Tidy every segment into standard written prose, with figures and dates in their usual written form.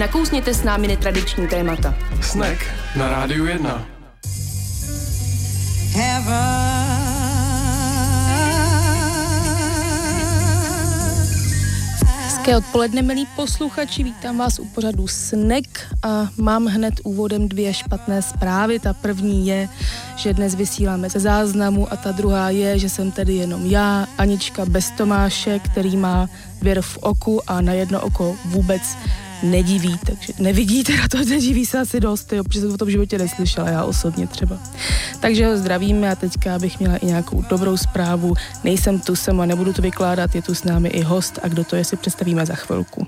nakousněte s námi netradiční témata. Snack na Rádiu 1. Hezké odpoledne, milí posluchači, vítám vás u pořadu Snack a mám hned úvodem 2 špatné zprávy. Ta první je, že dnes vysíláme ze záznamu a ta druhá je, že jsem tady jenom já, Anička bez Tomáše, který má věr v oku a na jedno oko vůbec nediví, takže nevidí, teda to nediví se asi dost, jo, protože jsem to v tom životě neslyšela, já osobně třeba. Takže ho zdravíme a teďka bych měla i nějakou dobrou zprávu. Nejsem tu sama, nebudu to vykládat, je tu s námi i host a kdo to je, si představíme za chvilku.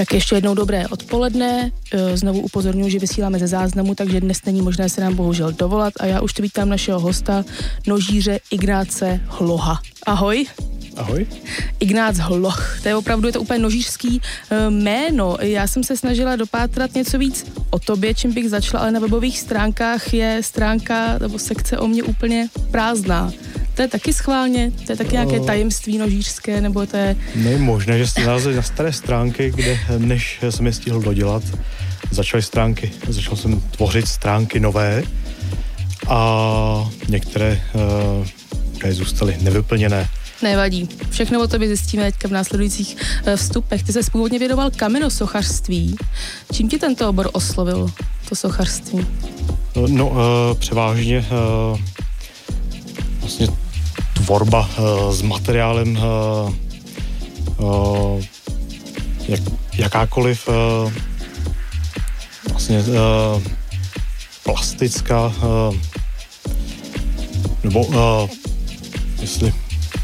Tak ještě jednou dobré odpoledne. Znovu upozorňuji, že vysíláme ze záznamu, takže dnes není možné se nám bohužel dovolat a já už tu vítám našeho hosta, nožíře Ignáce Hloha. Ahoj. Ahoj. Ignác Hloh, je to úplně nožířský jméno. Já jsem se snažila dopátrat něco víc o tobě, čím bych začala, ale na webových stránkách je stránka nebo sekce o mě úplně prázdná. To je taky schválně? To je taky nějaké tajemství nožířské, nebo to je... No je možné, že jste nalezli na staré stránky, kde než jsem je stihl dodělat, začal jsem tvořit stránky nové a některé zůstaly nevyplněné. Nevadí. Všechno o tobě zjistíme teďka v následujících vstupech. Ty se původně věnoval kamenosochařství. Čím ti tento obor oslovil, to sochařství? Převážně vlastně tvorba s materiálem jakákoliv vlastně plastická nebo jestli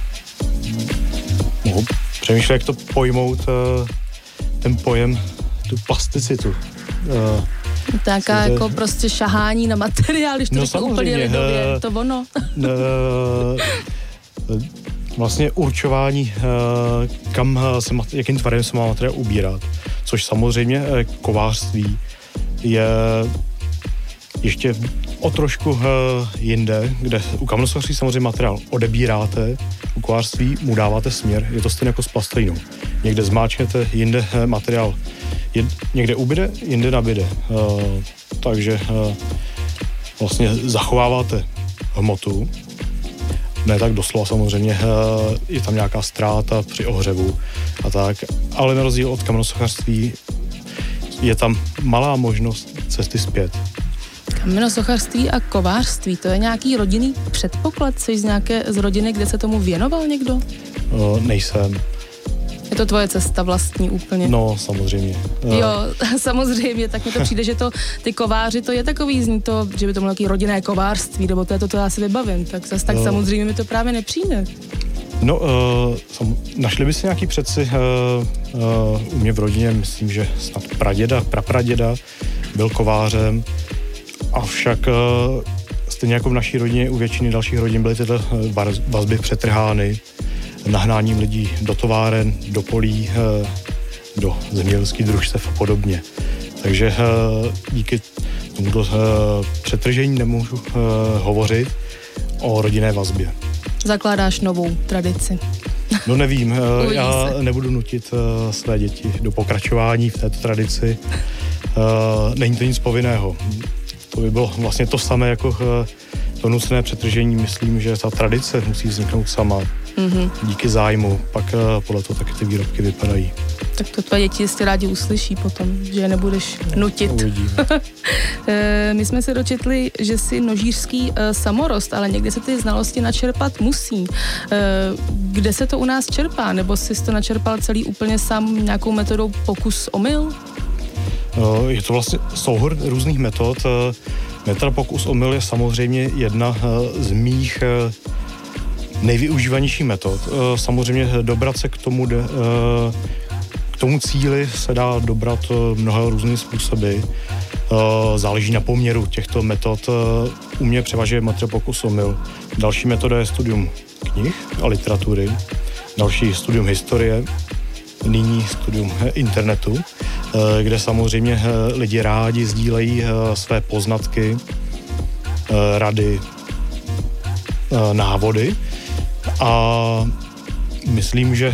mohu přemýšlet, jak to pojmout, ten pojem, tu plasticitu. Taká jako prostě šahání na materiál, když to řeknu úplně lidově, to ono. Vlastně určování, jakým tvarem se má materiál ubírat, což samozřejmě kovářství je ještě o trošku jinde, kde u kamenosochařství samozřejmě materiál odebíráte, u kovářství mu dáváte směr, je to stejně jako s plastelínou. Někde zmáčknete, jinde materiál někde ubyde, jinde nabyde. Takže vlastně zachováváte hmotu, ne tak doslova samozřejmě, je tam nějaká ztráta při ohřevu a tak, ale na rozdíl od kamenosochařství je tam malá možnost cesty zpět. Kamenosochařství a kovářství, to je nějaký rodinný předpoklad? Jsi z rodiny, kde se tomu věnoval někdo? Nejsem. Je to tvoje cesta vlastní úplně? No, samozřejmě. Jo, samozřejmě, tak mi to přijde, že ty kováři, to je takový, zní to, že by to bylo nějaký rodinné kovářství, nebo to já si vybavím, tak zase tak samozřejmě mi to právě nepřijde. No, našli by se nějaký předci u mě v rodině, myslím, že snad prapraděda byl kovářem, avšak stejně jako v naší rodině, u většiny dalších rodin byly tyto vazby přetrhány nahnáním lidí do továren, do polí, do zemědělských družstev a podobně. Takže díky tomuto přetržení nemůžu hovořit o rodinné vazbě. Zakládáš novou tradici. No nevím, já nebudu nutit své děti do pokračování v této tradici. Není to nic povinného. To by bylo vlastně to samé jako to nucené přetržení. Myslím, že ta tradice musí vzniknout sama. Díky zájmu, pak podle toho taky ty výrobky vypadají. Tak to tvoje děti jistě rádi uslyší potom, že je nebudeš nutit. My jsme se dočetli, že jsi nožířský samorost, ale někde se ty znalosti načerpat musí. Kde se to u nás čerpá? Nebo jsi to načerpal celý úplně sám nějakou metodou pokus omyl? Je to vlastně souhrn různých metod. Metoda pokus omyl je samozřejmě jedna z mých nejvyužívanějších metod. Samozřejmě dobrat se k tomu cíli se dá dobrat mnoha různými způsoby. Záleží na poměru těchto metod. U mě převažuje metoda pokus omyl. Další metoda je studium knih a literatury. Další studium historie. Nyní studium internetu, kde samozřejmě lidi rádi sdílejí své poznatky, rady, návody. A myslím, že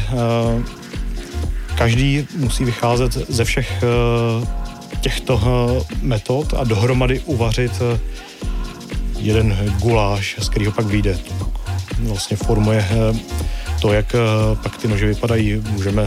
každý musí vycházet ze všech těchto metod a dohromady uvařit jeden guláš, z kterého pak vyjde. To pak vlastně formuje to, jak pak ty nože vypadají. Můžeme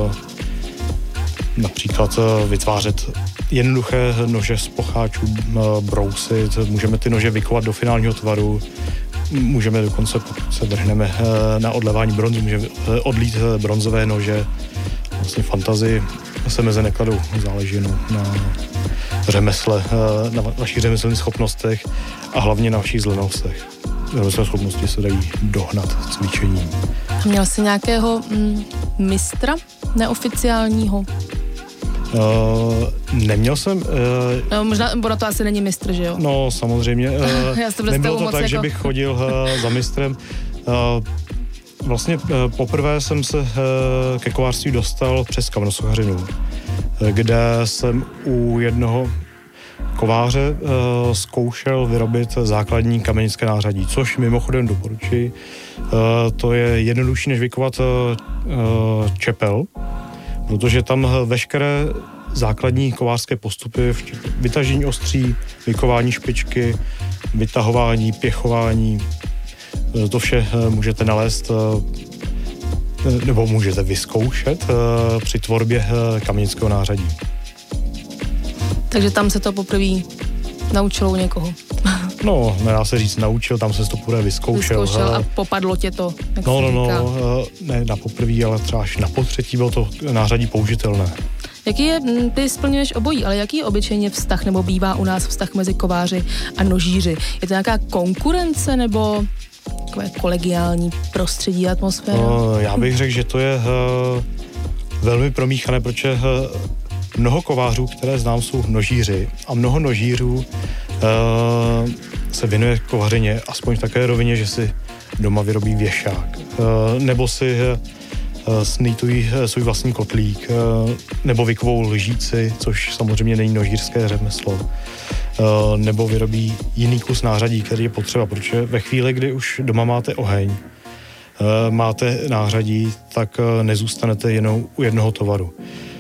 například vytvářet jednoduché nože z pocháčů, brousit, můžeme ty nože vykovat do finálního tvaru, můžeme dokonce, pokud se vrhneme na odlevání bronzu, můžeme odlít bronzové nože. Vlastně fantazii se meze nekladou, záleží na řemesle, na vašich řemeslných schopnostech a hlavně na vašich zlenostech. Řemeslné schopnosti se dají dohnat cvičením. Měl jsi nějakého mistra neoficiálního? Neměl jsem... No, možná, ono to asi není mistr, že jo? No, samozřejmě. Nebylo to tak, jako... že bych chodil za mistrem. Vlastně poprvé jsem se ke kovářství dostal přes Kamennosochařinu, kde jsem u jednoho kováře zkoušel vyrobit základní kamenické nářadí, což mimochodem doporučuji. To je jednodušší, než vykovat čepel, protože tam veškeré základní kovářské postupy, vytažení ostří, vykování špičky, vytahování, pěchování, to vše můžete nalézt nebo můžete vyzkoušet při tvorbě kamenického nářadí. Takže tam se to poprvé naučilo u někoho. No, nedá se říct naučil, tam se to poprvé vyzkoušel. A popadlo tě to, jak ne na poprvé, ale třeba až na potřetí bylo to nářadí použitelné. Jaký je, ty splňuješ obojí, ale jaký je obyčejně vztah, nebo bývá u nás vztah mezi kováři a nožíři? Je to nějaká konkurence, nebo takové kolegiální prostředí, atmosféra? Já bych řekl, že to je velmi promíchané, protože mnoho kovářů, které znám, jsou nožíři a mnoho nožířů se věnuje kovařině, aspoň v také rovině, že si doma vyrobí věšák, nebo si snýtují svůj vlastní kotlík, nebo vykovou lžíci, což samozřejmě není nožířské řemeslo, nebo vyrobí jiný kus nářadí, který je potřeba, protože ve chvíli, kdy už doma máte oheň, máte nářadí, tak nezůstanete jenom u jednoho tovaru.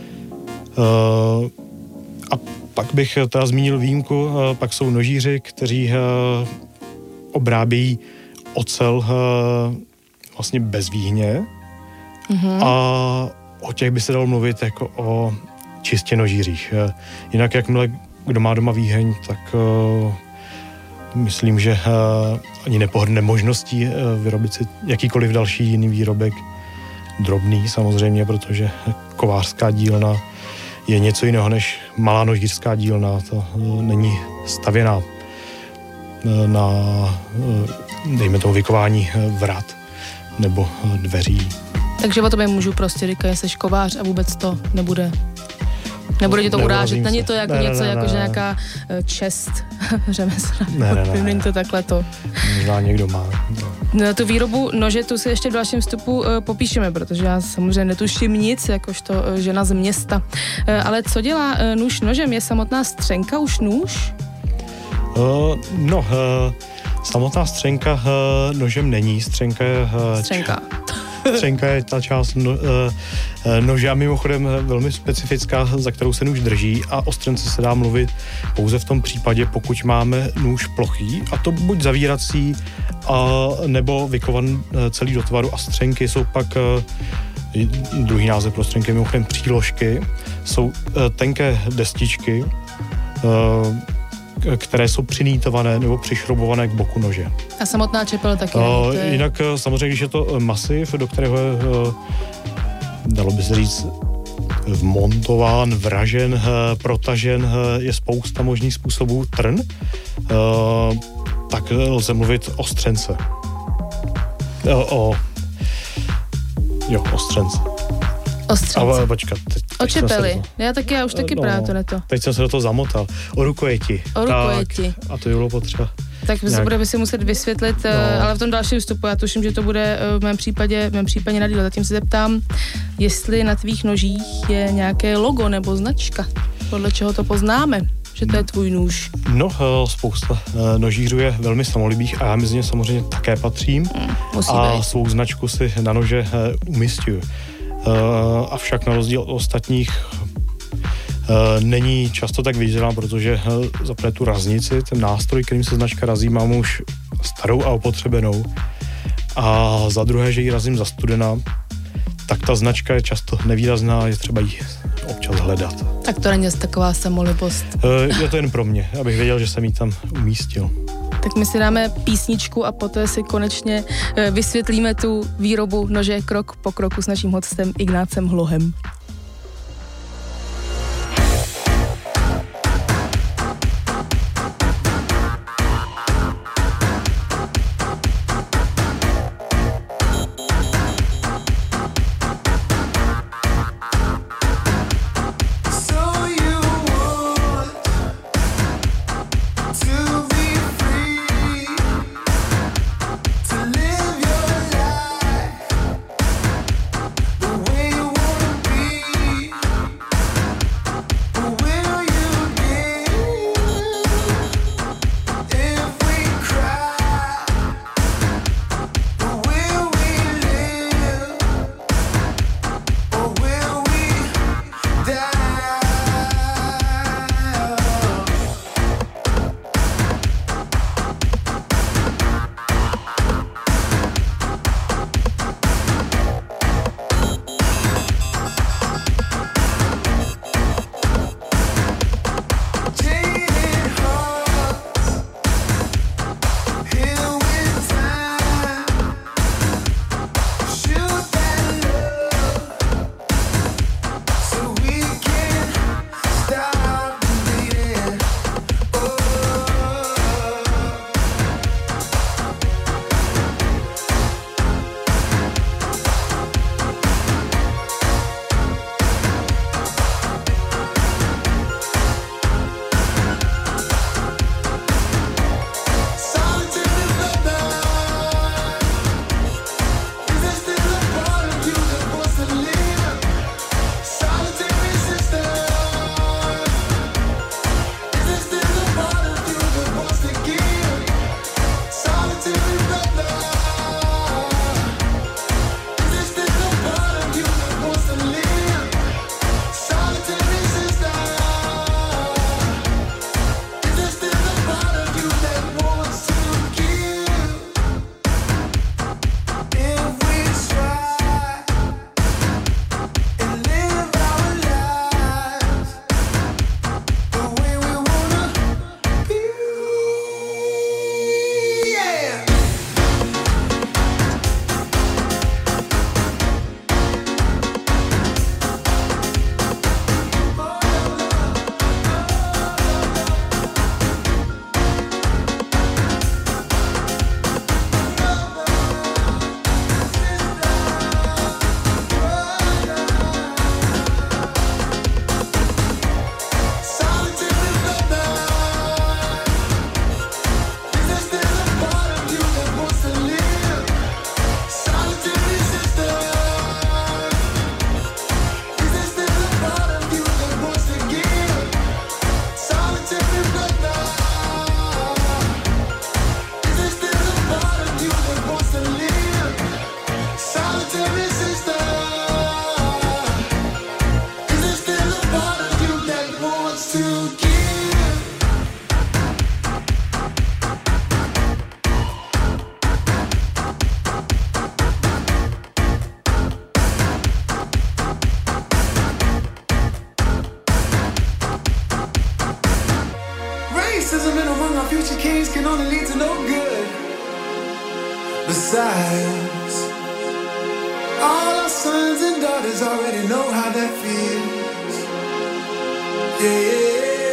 A pak bych teda zmínil výjimku, pak jsou nožíři, kteří obrábějí ocel vlastně bez výhně, a o těch by se dalo mluvit jako o čistě nožířích. Jinak jakmile kdo má doma výheň, tak myslím, že ani nepohrdne možností vyrobit si jakýkoliv další jiný výrobek. Drobný samozřejmě, protože kovářská dílna je něco jiného než malá nožířská dílna. To není stavěná na, dejme tomu, vykování vrat nebo dveří. Takže o tobě můžu prostě říkat, že jsi kovář a vůbec to nebude tě to urážet. Není to jako něco, jako že nějaká čest řemesla. Není to takhle to. Možná někdo má. No, tu výrobu nože tu si ještě v dalším vstupu popíšeme, protože já samozřejmě netuším nic, jakožto žena z města. Ale co dělá nůž nožem? Je samotná střenka už nůž? Samotná střenka nožem není. Střenka je... Střenka je ta část nože a mimochodem velmi specifická, za kterou se nůž drží, a o střence se dá mluvit pouze v tom případě, pokud máme nůž plochý, a to buď zavírací, nebo vykovan celý do tvaru, a střenky jsou pak, druhý název pro střenky, mimochodem příložky, jsou tenké destičky, které jsou přinítované nebo přišroubované k boku nože. A samotná čepel taky? Jinak samozřejmě, když je to masiv, do kterého je, dalo by se říct, vmontován, vražen, protažen, je spousta možných způsobů trn, tak lze mluvit o střence. O střence. O střence. Počkat. O čepeli. Já už taky právě to neto. Teď jsem se do toho zamotal. O rukojeti. O rukojeti. A to bylo potřeba. Tak budeme si muset vysvětlit, ale v tom dalším vstupu, já tuším, že to bude v mém případě na díl. Zatím se zeptám, jestli na tvých nožích je nějaké logo nebo značka, podle čeho to poznáme, že to je tvůj nůž. No, spousta nožířů je velmi samolibých a já mezi ně samozřejmě také patřím. A svou značku si na nože umisťuju. Avšak na rozdíl od ostatních není často tak viděná, protože zapne tu raznici, ten nástroj, kterým se značka razí, mám už starou a opotřebenou. A za druhé, že ji razím zastudená, tak ta značka je často nevýrazná, je třeba ji občas hledat. Tak to není taková samolibost. Je to jen pro mě, abych věděl, že jsem ji tam umístil. Tak my si dáme písničku a poté si konečně vysvětlíme tu výrobu nože krok po kroku s naším hostem Ignácem Hlohem. So sides. All our sons and daughters already know how that feels. Yeah.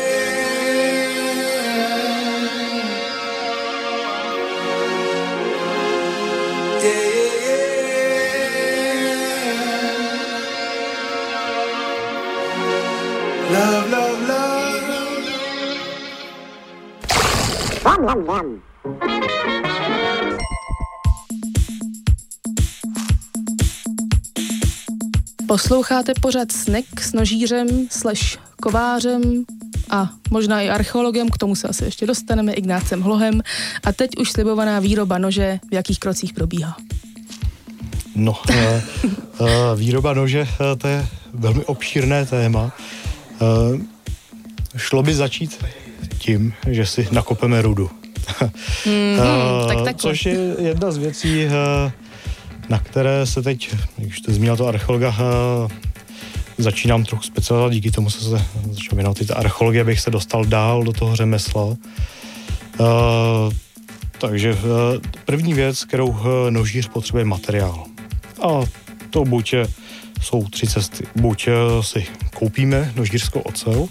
Love, love, love. Yum, yum, yum. Posloucháte pořad Snack s nožířem / kovářem a možná i archeologem, k tomu se asi ještě dostaneme, Ignácem Hlohem. A teď už slibovaná výroba nože, v jakých krocích probíhá? No, výroba nože, to je velmi obšírné téma. Šlo by začít tím, že si nakopeme rudu. Což je jedna z věcí, na které se teď, když jste zmínil to archeologa, začínám trochu specializovat, díky tomu se začal věnovat ty archeologie, abych se dostal dál do toho řemesla. Takže první věc, kterou nožíř potřebuje, materiál. A to buď jsou 3 cesty. Buď si koupíme nožířskou ocel,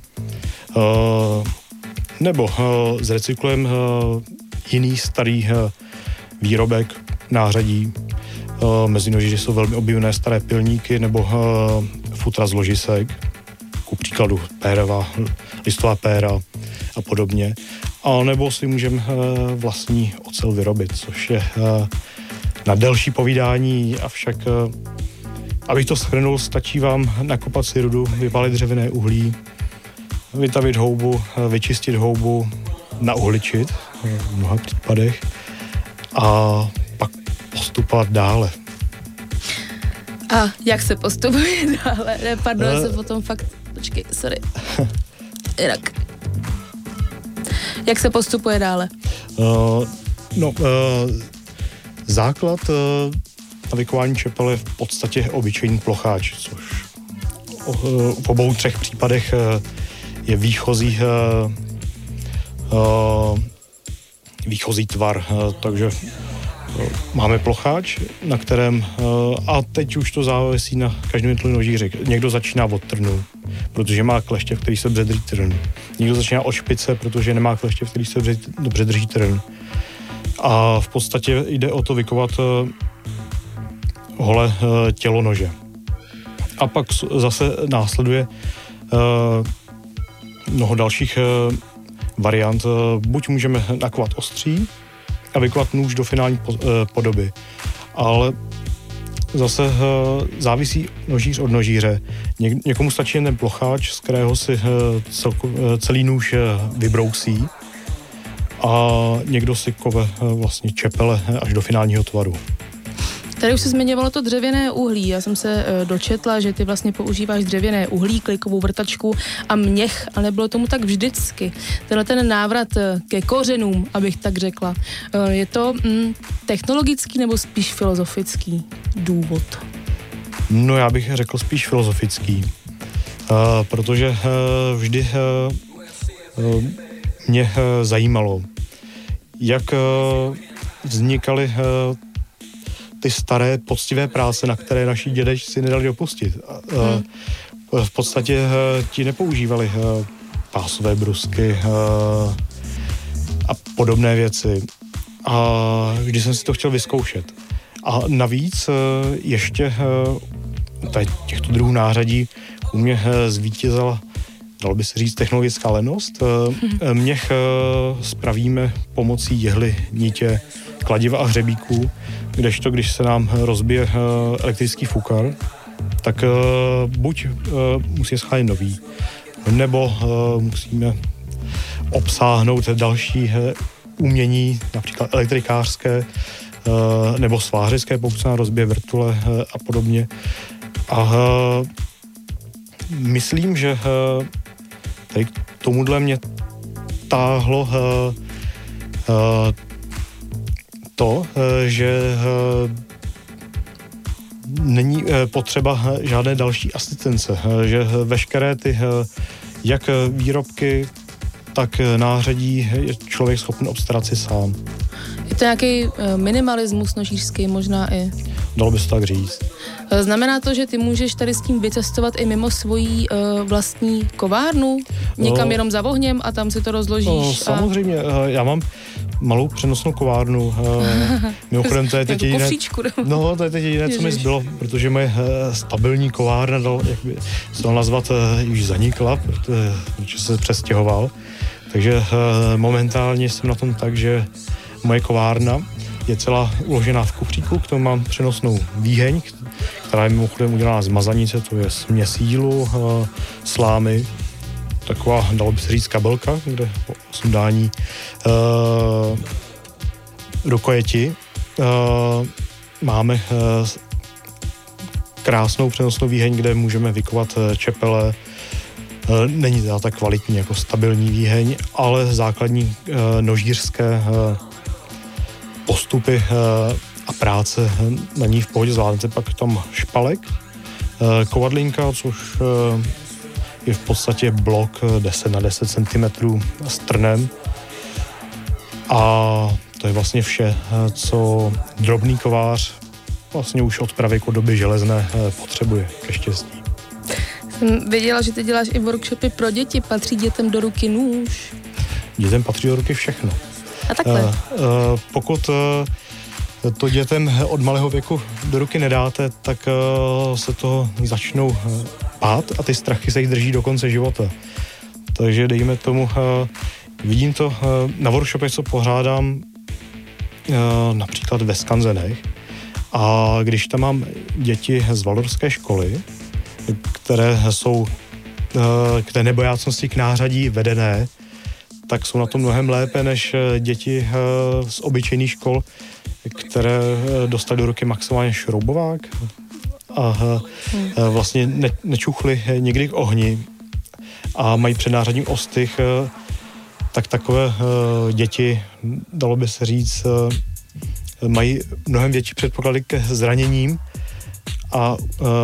nebo zrecyklujeme jiný starý výrobek, nářadí. Mezi nožíři jsou velmi oblíbené staré pilníky nebo futra z ložisek, ku příkladu pérová, listová péra a podobně. A nebo si můžeme vlastní ocel vyrobit, což je na delší povídání, avšak abych to shrnul, stačí vám nakopat si rudu, vypálit dřevěné uhlí, vytavit houbu, vyčistit houbu, nauhličit v mnoha případech a pak postupovat dále. A jak se postupuje dále? Ne, pardon, já se potom fakt... Počkej, sorry. Jinak. Jak se postupuje dále? Základ na vykování čepele je v podstatě obyčejný plocháč, což v obou 3 případech je výchozí tvar, takže máme plocháč, na kterém, a teď už to závisí na každém jednotlivém nožíři. Někdo začíná od trnu, protože má kleště, v který se dobře drží trn. Někdo začíná od špice, protože nemá kleště, v který se dobře drží trn. A v podstatě jde o to vykovat holé tělo nože. A pak zase následuje mnoho dalších variant. Buď můžeme nakovat ostří a vykovat nůž do finální podoby, ale zase závisí nožíř od nožíře. Někomu stačí jen ten plocháč, z kterého si celý nůž vybrousí, a někdo si kove vlastně čepele až do finálního tvaru. Tady už se zmiňovalo to dřevěné uhlí. Já jsem se dočetla, že ty vlastně používáš dřevěné uhlí, klikovou vrtačku a měch, ale nebylo tomu tak vždycky. Tenhle ten návrat ke kořenům, abych tak řekla, je to technologický nebo spíš filozofický důvod? No, já bych řekl spíš filozofický, protože vždy mě zajímalo, jak vznikaly ty staré poctivé práce, na které naši dědečci si nedali dopustit. V podstatě ti nepoužívali pásové brusky a podobné věci. A když jsem si to chtěl vyzkoušet. A navíc ještě těchto druhů nářadí u mě zvítězila, dalo by se říct, technologická lenost. Měch spravíme pomocí jehly, nitě, kladiva a hřebíků, kdežto, když se nám rozbije elektrický fukar, tak buď musíme schálit nový, nebo musíme obsáhnout další umění, například elektrikářské nebo svářické, pokud se nám rozbije vrtule a podobně. A myslím, že tady k tomuhle mě táhlo to, že není potřeba žádné další asistence, že veškeré ty jak výrobky, tak nářadí je člověk schopen obstarat si sám. to nějaký minimalismus nožířský možná i? Dalo by se tak říct. Znamená to, že ty můžeš tady s tím vycestovat i mimo svoji vlastní kovárnu? Někam jenom za ohněm a tam si to rozložíš? Samozřejmě, já mám malou přenosnou kovárnu. Mimochodem, to je teď jediné, to je teď jediné, co mi zbylo, protože moje stabilní kovárna, jak by se dal nazvat, už zanikla, protože se přestěhoval. Takže momentálně jsem na tom tak, že moje kovárna je celá uložená v kufříku, k tomu mám přenosnou výheň, která je mimochodem udělaná z mazanice, to je směs jílu, slámy, taková, dalo by se říct, kabelka, kde po sundání rukojeti máme krásnou přenosnou výheň, kde můžeme vykovat čepele. Není teda tak kvalitní jako stabilní výheň, ale základní nožířské postupy a práce na ní v pohodě zvládnete. Pak tam špalek, kovadlinka, což je v podstatě blok 10 na 10 cm s trnem. A to je vlastně vše, co drobný kovář vlastně už od pravěku doby železné potřebuje ke štěstí. Jsem věděla, že ty děláš i workshopy pro děti. Patří dětem do ruky nůž? Dětem patří do ruky všechno. A takhle? Pokud to dětem od malého věku do ruky nedáte, tak se toho začnou bát a ty strachy se jich drží do konce života. Takže dejme tomu, vidím to na workshopech, co pořádám například ve Skanzenech, a když tam mám děti z Valdorské školy, které jsou k té nebojácnosti k nářadí vedené, tak jsou na tom mnohem lépe než děti z obyčejných škol, které dostaly do ruky maximálně šroubovák a vlastně nečuchly nikdy k ohni a mají před nářadím ostych, tak takové děti, dalo by se říct, mají mnohem větší předpoklady ke zraněním a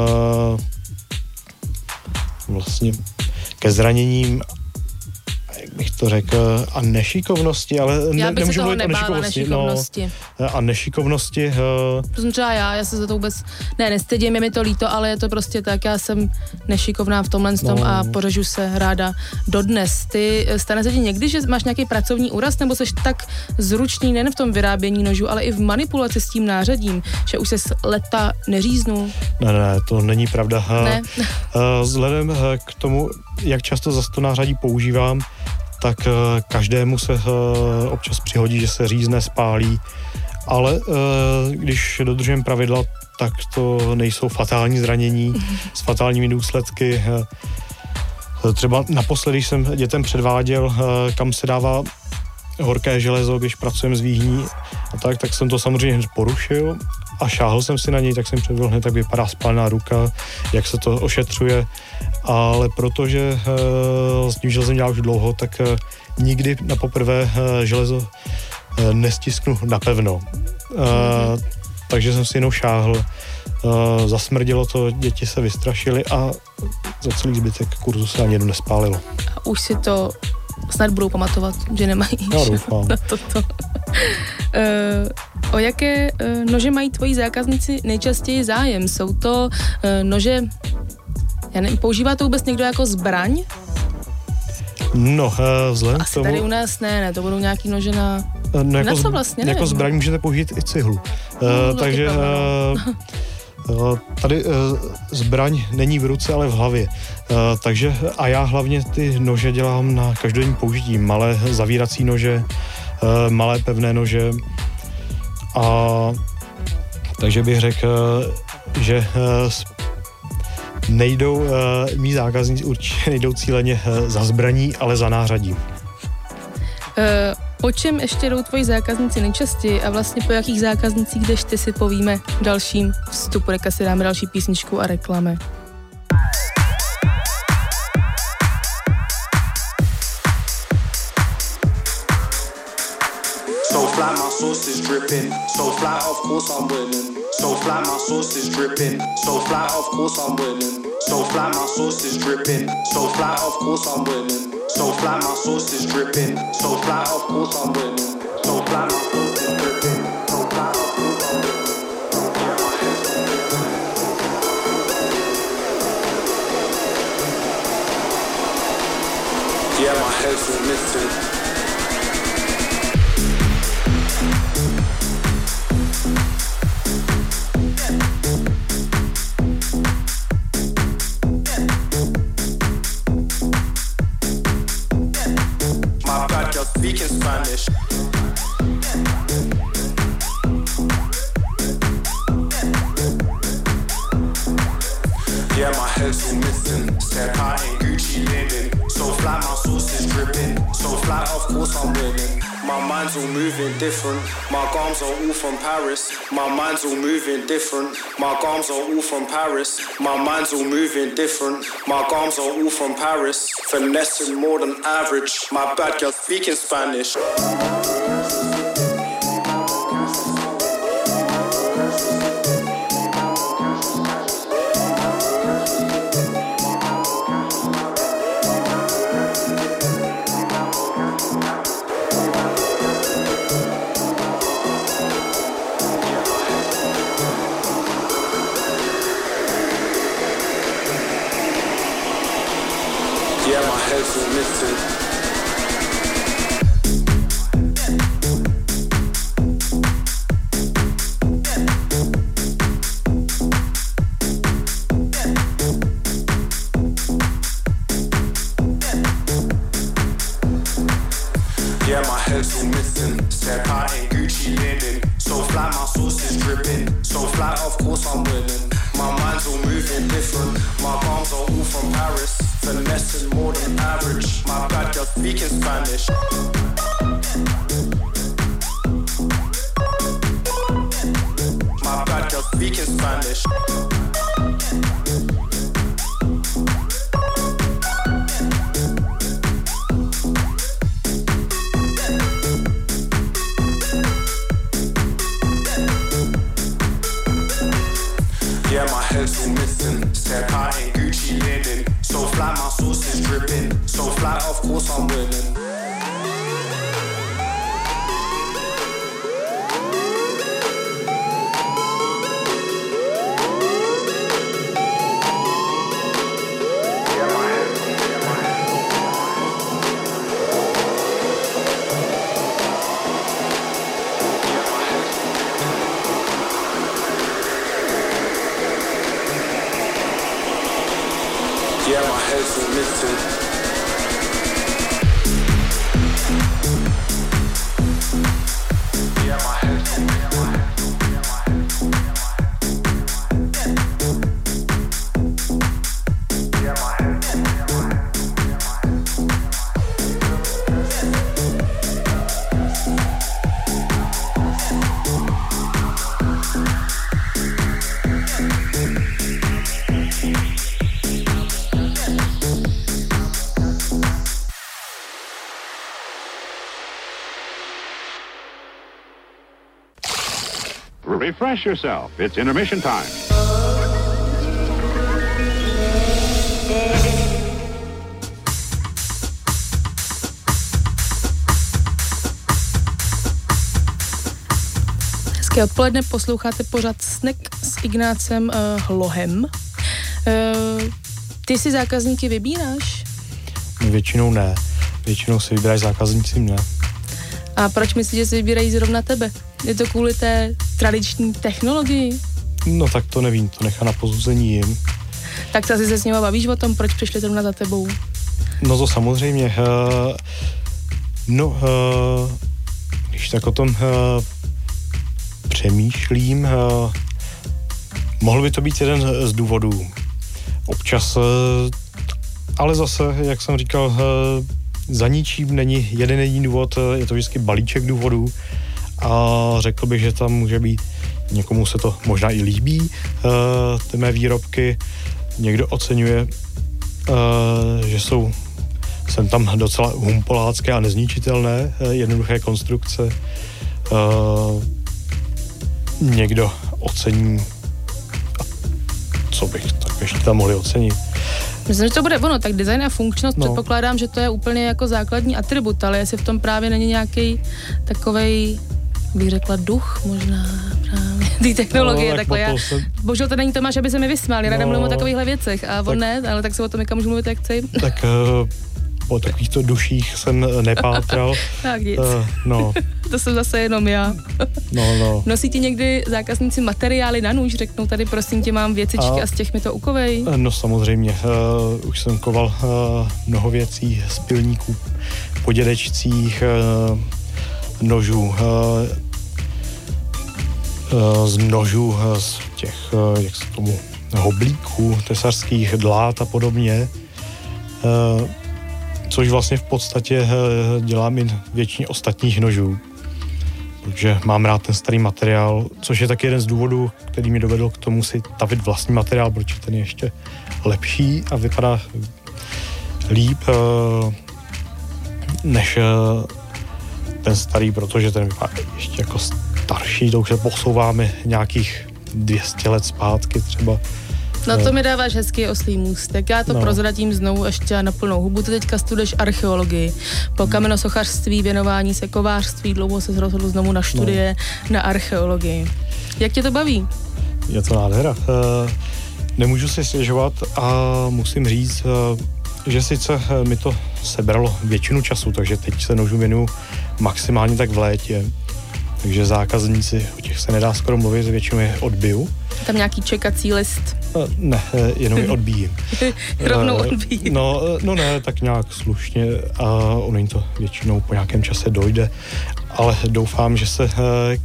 vlastně ke zraněním, jak bych to řekl, a nešikovnosti, ale nemůžu mluvit o nešikovnosti. A nešikovnosti. To jsem třeba já se za to vůbec, nestydím, je mi to líto, ale je to prostě tak, já jsem nešikovná v tomhle tom a pořežu se ráda dodnes. Stane se ti někdy, že máš nějaký pracovní úraz, nebo seš tak zručný nejen v tom vyrábění nožů, ale i v manipulaci s tím nářadím, že už ses leta neříznul? Ne, to není pravda. Ne. Vzhledem k tomu, jak často zase to nářadí používám, tak každému se občas přihodí, že se řízne, spálí, ale když dodržujeme pravidla, tak to nejsou fatální zranění s fatálními důsledky. Třeba naposledy, když jsem dětem předváděl, kam se dává horké železo, když pracujeme s výhní a tak jsem to samozřejmě porušil a šáhl jsem si na něj, tak jsem předvedl hned, tak vypadá spálená ruka, jak se to ošetřuje, ale protože s tím železem dělám už dlouho, tak nikdy na poprvé železo nestisknu napevno. Takže jsem si jenom šáhl, zasmrdilo to, děti se vystrašily a za celý zbytek kurzu se ani jedno nespálilo. A už si to snad budou pamatovat, že nemají. Já doufám. Na toto. O jaké nože mají tvoji zákazníci nejčastěji zájem? Jsou to nože, já nevím, používá to vůbec někdo jako zbraň? No, vzhledem asi k tomu... tady u nás ne, to budou nějaký nože na... jako co vlastně, jako zbraň můžete použít i cihlu. Takže tady zbraň není v ruce, ale v hlavě. Takže a já hlavně ty nože dělám na každodenní použití. Malé zavírací nože, malé pevné nože. A takže bych řekl, že mí zákazníci určitě nejdou cíleně za zbraní, ale za nářadím. Po čem ještě jdou tvoji zákazníci nejčastěji a vlastně po jakých zákaznicích, kdež ty si povíme v dalším vstupu, reka si dáme další písničku a reklamy. So fly, my sauce is dripping. So fly, of course I'm winning. So fly, my sauce is dripping. So fly, of course I'm winning. So fly, my sauce is dripping. So fly, of course I'm winning. So fly, my sauce is dripping. So fly, of course I'm winning. so fly, my sauce is dripping, so fly, of course I'm winning. Yeah, my head's all missing. My bad girl speaking Spanish. Yeah, my head's all missing. Step out in Gucci linen. So fly, my sauce is dripping. So fly, of course I'm winning. My mind's all moving different. My gums are all from Paris. My mind's all moving different. My gums are all from Paris. My mind's all moving different. My gums are all from Paris. Finessing more than average. My bad girl speaking Spanish. Yeah, my head's all missing. Yeah, my head's all missing. Step out in Gucci linen. So fly, my sauce is dripping. So fly, of course I'm winning. My mind's all moving different. My gums are all from Paris. Finessing more than average. My bad girl speaking Spanish. My bad girl speaking Spanish. Yeah, my head's all missing. Step out in Gucci linen. So fly, my sauce is dripping. So fly, of course I'm winning. Yeah, my head's all missing. Yeah, my head's all Refresh yourself. It's intermission time. Hezké odpoledne, posloucháte pořad Snack s Ignácem Hlohem. Ty si zákazníky vybíráš? Většinou ne. Většinou si vybírají zákazníci ne. A proč myslíš, že si vybírají zrovna tebe? Je to kvůli té tradiční technologii? No tak to nevím, to nechá na posouzení jim. Tak asi se s nimi bavíš o tom, proč přišli zrovna za tebou? No to samozřejmě. Když tak o tom přemýšlím, mohl by to být jeden z důvodů. Občas, ale zase, jak jsem říkal, za ničím není jeden jediný důvod, je to vždycky balíček důvodů a řekl bych, že tam může být, někomu se to možná i líbí, ty mé výrobky, někdo oceňuje, že jsem tam docela humpolácké a nezničitelné, jednoduché konstrukce, někdo ocení, co bych tak ještě tam mohli ocenit. Myslím, že to bude ono, tak design a funkčnost, předpokládám, že to je úplně jako základní atribut, ale jestli v tom právě není nějaký takovej, bych řekla, duch možná právě té technologie, takhle bohužel to není Tomáš, aby se mi vysmál, já ráda mluvím o takovýchhle věcech a on ne, ale tak se o tom můžu mluvit, jak chci. Tak po takovýchto duších jsem nepátral. Tak nic. To jsem zase jenom já. Nosí ti někdy zákazníci materiály na nůž? Řeknou tady, prosím tě, mám věcičky a z těch mi to ukovej? No samozřejmě. Už jsem koval mnoho věcí z pilníků, po dědečcích, nožů, z nožů, z těch, jak se tomu, hoblíků, tesařských dlát a podobně. Což vlastně v podstatě dělám i většině ostatních nožů. Protože mám rád ten starý materiál, což je taky jeden z důvodů, který mi dovedl k tomu si tavit vlastní materiál, protože ten je ještě lepší a vypadá líp než ten starý, protože ten vypadá ještě jako starší, to už se posouváme nějakých 200 let zpátky třeba. No to mi dáváš hezký oslý můstek, já to prozradím znovu ještě na plnou hubu. Ty teďka studuješ archeologii, po kamenosochařství, věnování se kovářství, dlouho se rozhodl znovu na studie na archeologii. Jak tě to baví? Je to nádhera. Nemůžu si stěžovat a musím říct, že sice mi to sebralo většinu času, takže teď se nožům věnuju maximálně tak v létě. Takže zákazníci, o těch se nedá skoro mluvit, většinou je odbiju. Tam nějaký čekací list? Ne, jenom je odbíjím. Rovnou odbíjím. No ne, tak nějak slušně a ono jim to většinou po nějakém čase dojde, ale doufám, že se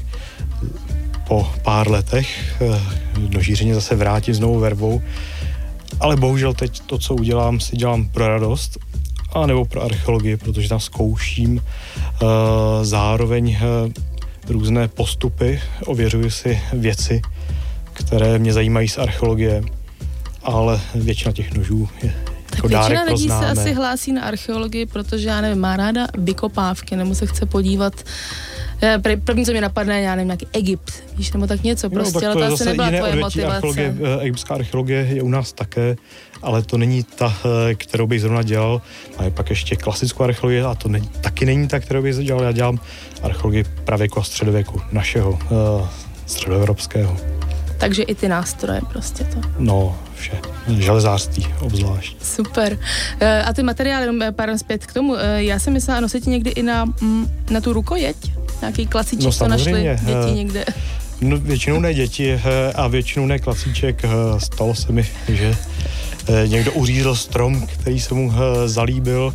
po pár letech nožířině zase vrátím s novou vervou, ale bohužel teď to, co udělám, si dělám pro radost, a nebo pro archeologii, protože tam zkouším zároveň různé postupy, ověřuji si věci, které mě zajímají z archeologie, ale většina těch nožů je jako dárek pro známé. Většina lidí se asi hlásí na archeologii, protože, já nevím, má ráda vykopávky, nebo se chce podívat. První, co mě napadne, já nevím, nějaký Egypt, víš, nebo tak něco prostě, ale to asi nebyla tvoje motivace. Egyptská archeologie je u nás také, ale to není ta, kterou bych zrovna dělal. A pak ještě klasickou archeologii a to taky není ta, kterou bych dělal. Já dělám archeologii pravěku a středověku, našeho středoevropského. Takže i ty nástroje prostě to. No, vše. Železářství obzvlášť. Super. A ty materiály, pár zpět k tomu, já jsem myslela, nosit někdy i na tu rukojeť? Nějaký klacíček, co našli děti někde? No, většinou ne děti a většinou ne klacíček. Stalo se mi, že někdo uřízl strom, který se mu zalíbil,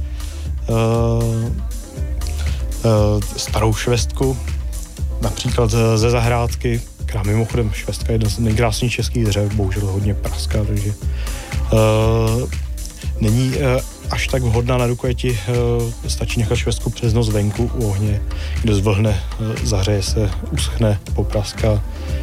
starou švestku, například ze zahrádky, která mimochodem švestka je jedna z nejkrásnějších českých dřev, bohužel hodně praská, takže není až tak vhodná na rukojeti, stačí nechat švestku přes noc venku u ohně, kde zvlhne, zahřeje se, uschne, popraská.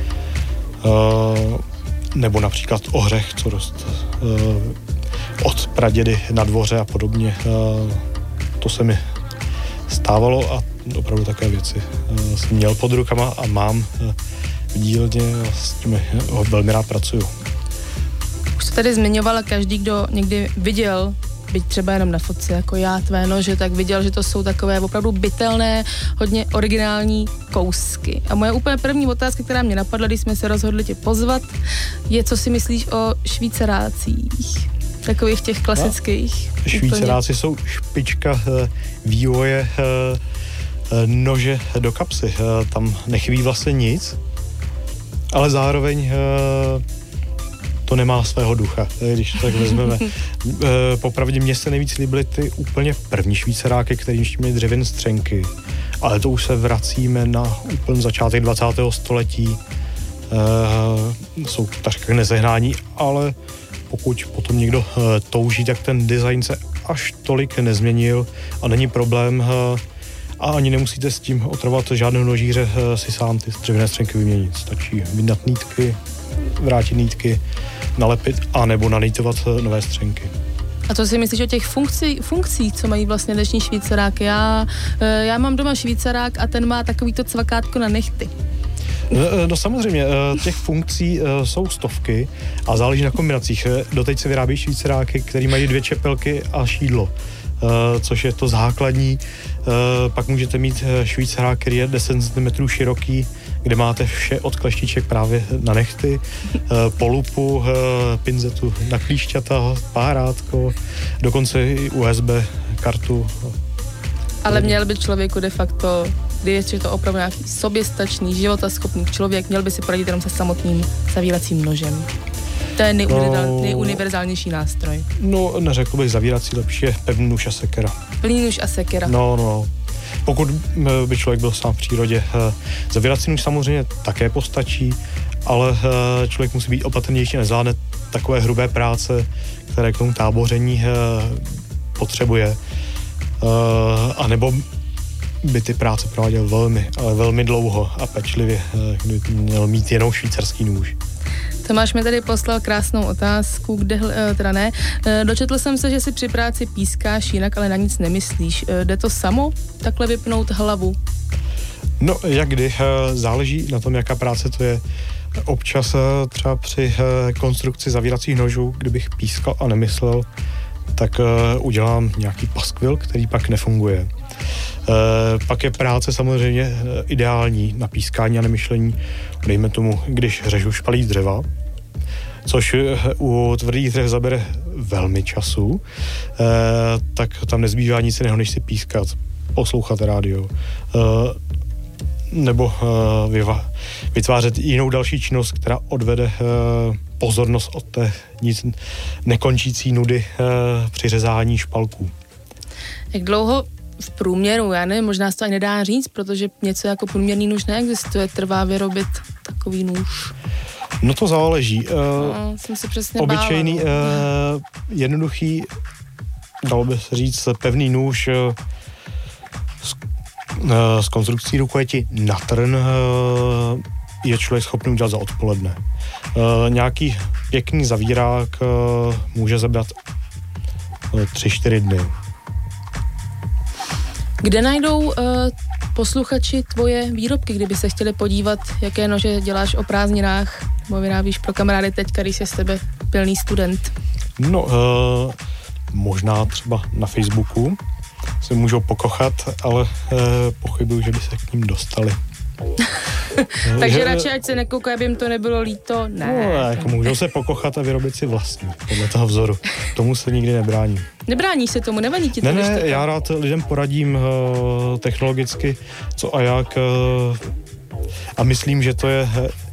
Nebo například ohřech, co dost od pradědy na dvoře a podobně. To se mi stávalo a opravdu také věci jsem měl pod rukama a mám v dílně a s tím velmi rád pracuju. Už jste tady zmiňovala, každý, kdo někdy viděl, byť třeba jenom na fotce, jako já, tvé nože, tak viděl, že to jsou takové opravdu bytelné, hodně originální kousky. A moje úplně první otázka, která mě napadla, když jsme se rozhodli tě pozvat, je, co si myslíš o švýcarácích? Takových těch klasických. Švýcaráci jsou špička vývoje nože do kapsy. Tam nechybí vlastně nic, ale zároveň to nemá svého ducha, když to tak vezmeme. Popravdě mně se nejvíc líbily ty úplně první švýcaráky, které ještě měly dřevěné střenky, ale to už se vracíme na úplný začátek 20. století. Jsou takřka nezehnání, ale pokud potom někdo touží, tak ten design se až tolik nezměnil a není problém a ani nemusíte s tím otrvat žádného nožíře si sám ty dřevěné střenky vyměnit. Stačí vyndat nýtky, vrátit nýtky, nalepit a nebo nanýtovat nové střenky. A co si myslíš o těch funkcích, co mají vlastně dnešní švýcaráky? Já mám doma švýcarák a ten má takovýto cvakátko na nechty. No samozřejmě, těch funkcí jsou stovky a záleží na kombinacích. Doteď se vyrábí švýcaráky, které mají 2 čepelky a šídlo, což je to základní. Pak můžete mít švýcarák, který je 10 cm široký, kde máte vše od kleštiček právě na nechty, polupu, pinzetu na klíšťata, párátko, dokonce i USB kartu. Ale měl by člověku de facto, když je to opravdu nějaký soběstačný, životaschopný člověk, měl by si poradit jenom se samotným zavíracím nožem. To je nejuniverzálnější nástroj. No, neřekl bych zavírací, lepší je pevný nůž a sekera. Pevný nůž a sekera. No. Pokud by člověk byl sám v přírodě. Zavírací nůž samozřejmě také postačí, ale člověk musí být opatrnější, nezvládne takové hrubé práce, které k tomu táboření potřebuje. A nebo by ty práce prováděl velmi dlouho a pečlivě, kdyby měl mít jenom švýcarský nůž. Tomáš mi tady poslal krásnou otázku, dočetl jsem se, že si při práci pískáš jinak, ale na nic nemyslíš. Jde to samo, takhle vypnout hlavu? No, jak kdy, záleží na tom, jaká práce to je. Občas třeba při konstrukci zavíracích nožů, kdybych pískal a nemyslel, tak udělám nějaký paskvil, který pak nefunguje. Pak je práce samozřejmě ideální na pískání a nemyšlení. Dejme tomu, když řežu špalík dřeva, což u tvrdých dřev zabere velmi času, tak tam nezbývá nic jiného, než si pískat, poslouchat rádio, nebo vytvářet jinou další činnost, která odvede pozornost od té nic nekončící nudy při řezání špalků. Jak dlouho v průměru, já nevím, možná se to ani nedá říct, protože něco jako průměrný nůž neexistuje, trvá vyrobit takový nůž? No to záleží. Jsem se přesně obyčejný, jednoduchý, dalo by se říct, pevný nůž s konstrukcí rukojeti na trn je člověk schopný udělat za odpoledne. Nějaký pěkný zavírák může zabrat 3-4 dny. Kde najdou posluchači tvoje výrobky, kdyby se chtěli podívat, jaké nože děláš o prázdninách, nebo vyrábíš pro kamarády teďka, když jsi z tebe pilný student? No, možná třeba na Facebooku se můžou pokochat, ale pochybuju, že by se k ním dostali. Takže radši, ať se nekoukají, aby jim to nebylo líto? Ne. No, jako můžou se pokochat a vyrobit si vlastní, podle toho vzoru. Tomu se nikdy nebrání. Nebráníš se tomu, nevadí ti to? Ne, já rád lidem poradím technologicky, co a jak. A myslím, že to je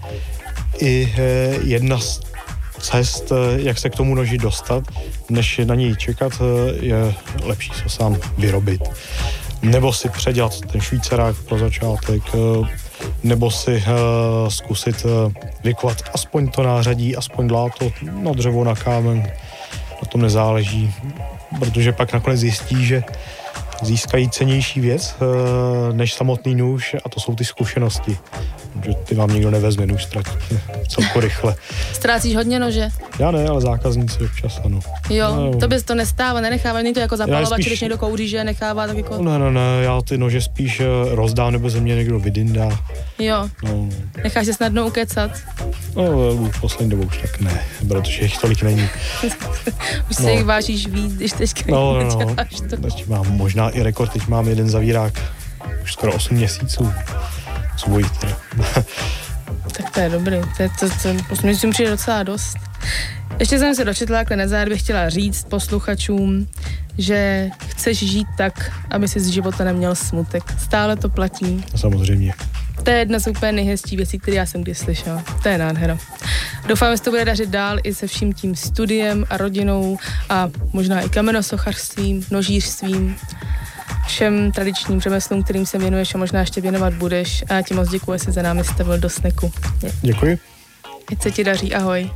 i jedna z cest, jak se k tomu noži dostat, než na něj čekat, je lepší se sám vyrobit. Nebo si předělat ten švýcarák pro začátek, nebo si zkusit vykovat aspoň to nářadí, aspoň dláto na dřevo, na kámen. Na tom nezáleží, protože pak nakonec zjistí, že získají cennější věc než samotný nůž, a to jsou ty zkušenosti. Že ty vám nikdo nevezme, nůž ztratíte celko rychle. Ztrácíš hodně nože? Já ne, ale zákazníci občas ano. Jo, no. To bys to nestává, nenechává, není to jako zapalovač, když někdo kouří, že nechává tak jako... Ne, já ty nože spíš rozdám, nebo ze mě někdo vydyndá. Jo, no. Necháš se snadno ukecat? No, poslední dobou už tak ne, protože jich tolik není. Už se jich vážíš víc, když teďka děláš to. Teď mám možná i rekord, teď mám jeden zavírák už skoro 8 měsíců. Svůj teda. Tak to je dobrý, to 8 měsíců přijde docela dost. Ještě jsem se dočetla, jak na závěr bych chtěla říct posluchačům, že chceš žít tak, aby si z života neměl smutek. Stále to platí. Samozřejmě. To je jedna z úplně nejhezčí věcí, které já jsem kdy slyšela. To je nádhera. Doufám, že to bude dařit dál i se vším tím studiem a rodinou a možná i kamenosochařstvím, nožířstvím, všem tradičním řemeslům, kterým se věnuješ a možná ještě věnovat budeš. A já ti moc děkuji, že jsi za námi stavil do Sneku. Děkuji. Ať se ti daří, ahoj.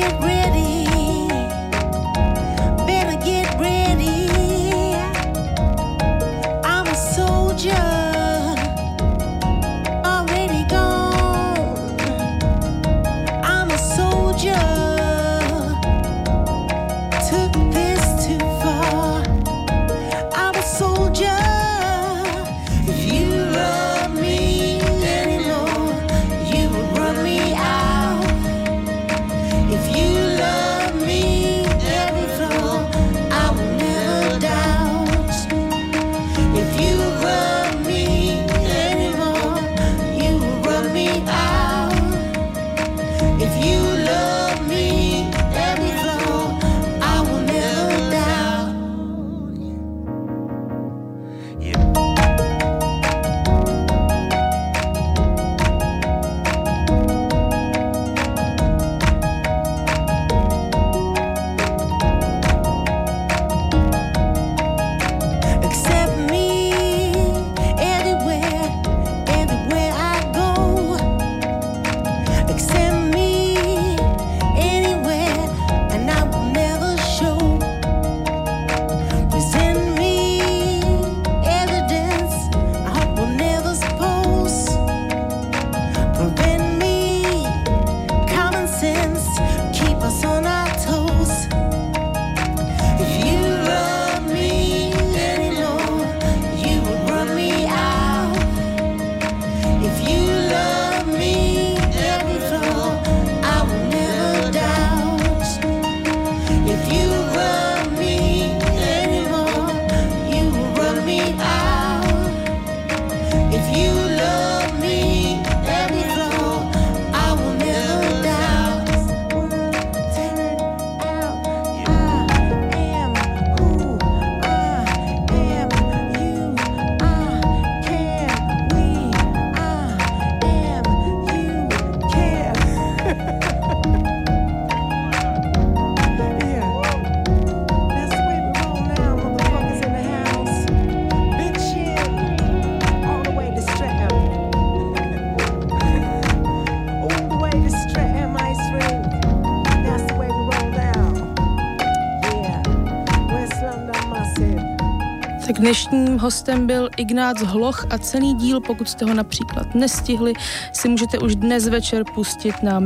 Tak dnešním hostem byl Ignác Hloch a celý díl, pokud jste ho například nestihli, si můžete už dnes večer pustit na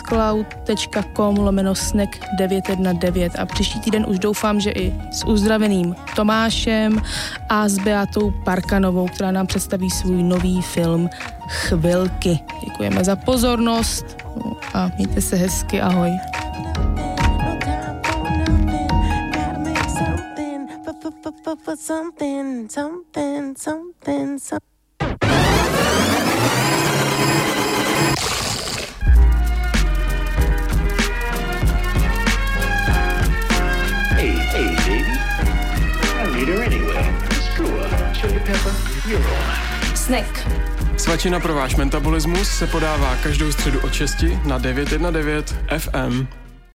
mixcloud.com/snack919 a příští týden už doufám, že i s uzdraveným Tomášem a s Beatou Parkanovou, která nám představí svůj nový film Chvilky. Děkujeme za pozornost a mějte se hezky, ahoj. Something. Hey, baby. I need her anyway. Screw her. Chili pepper, you're on. Snack. Svačina pro váš metabolismus se podává každou středu od 6 na 919 FM.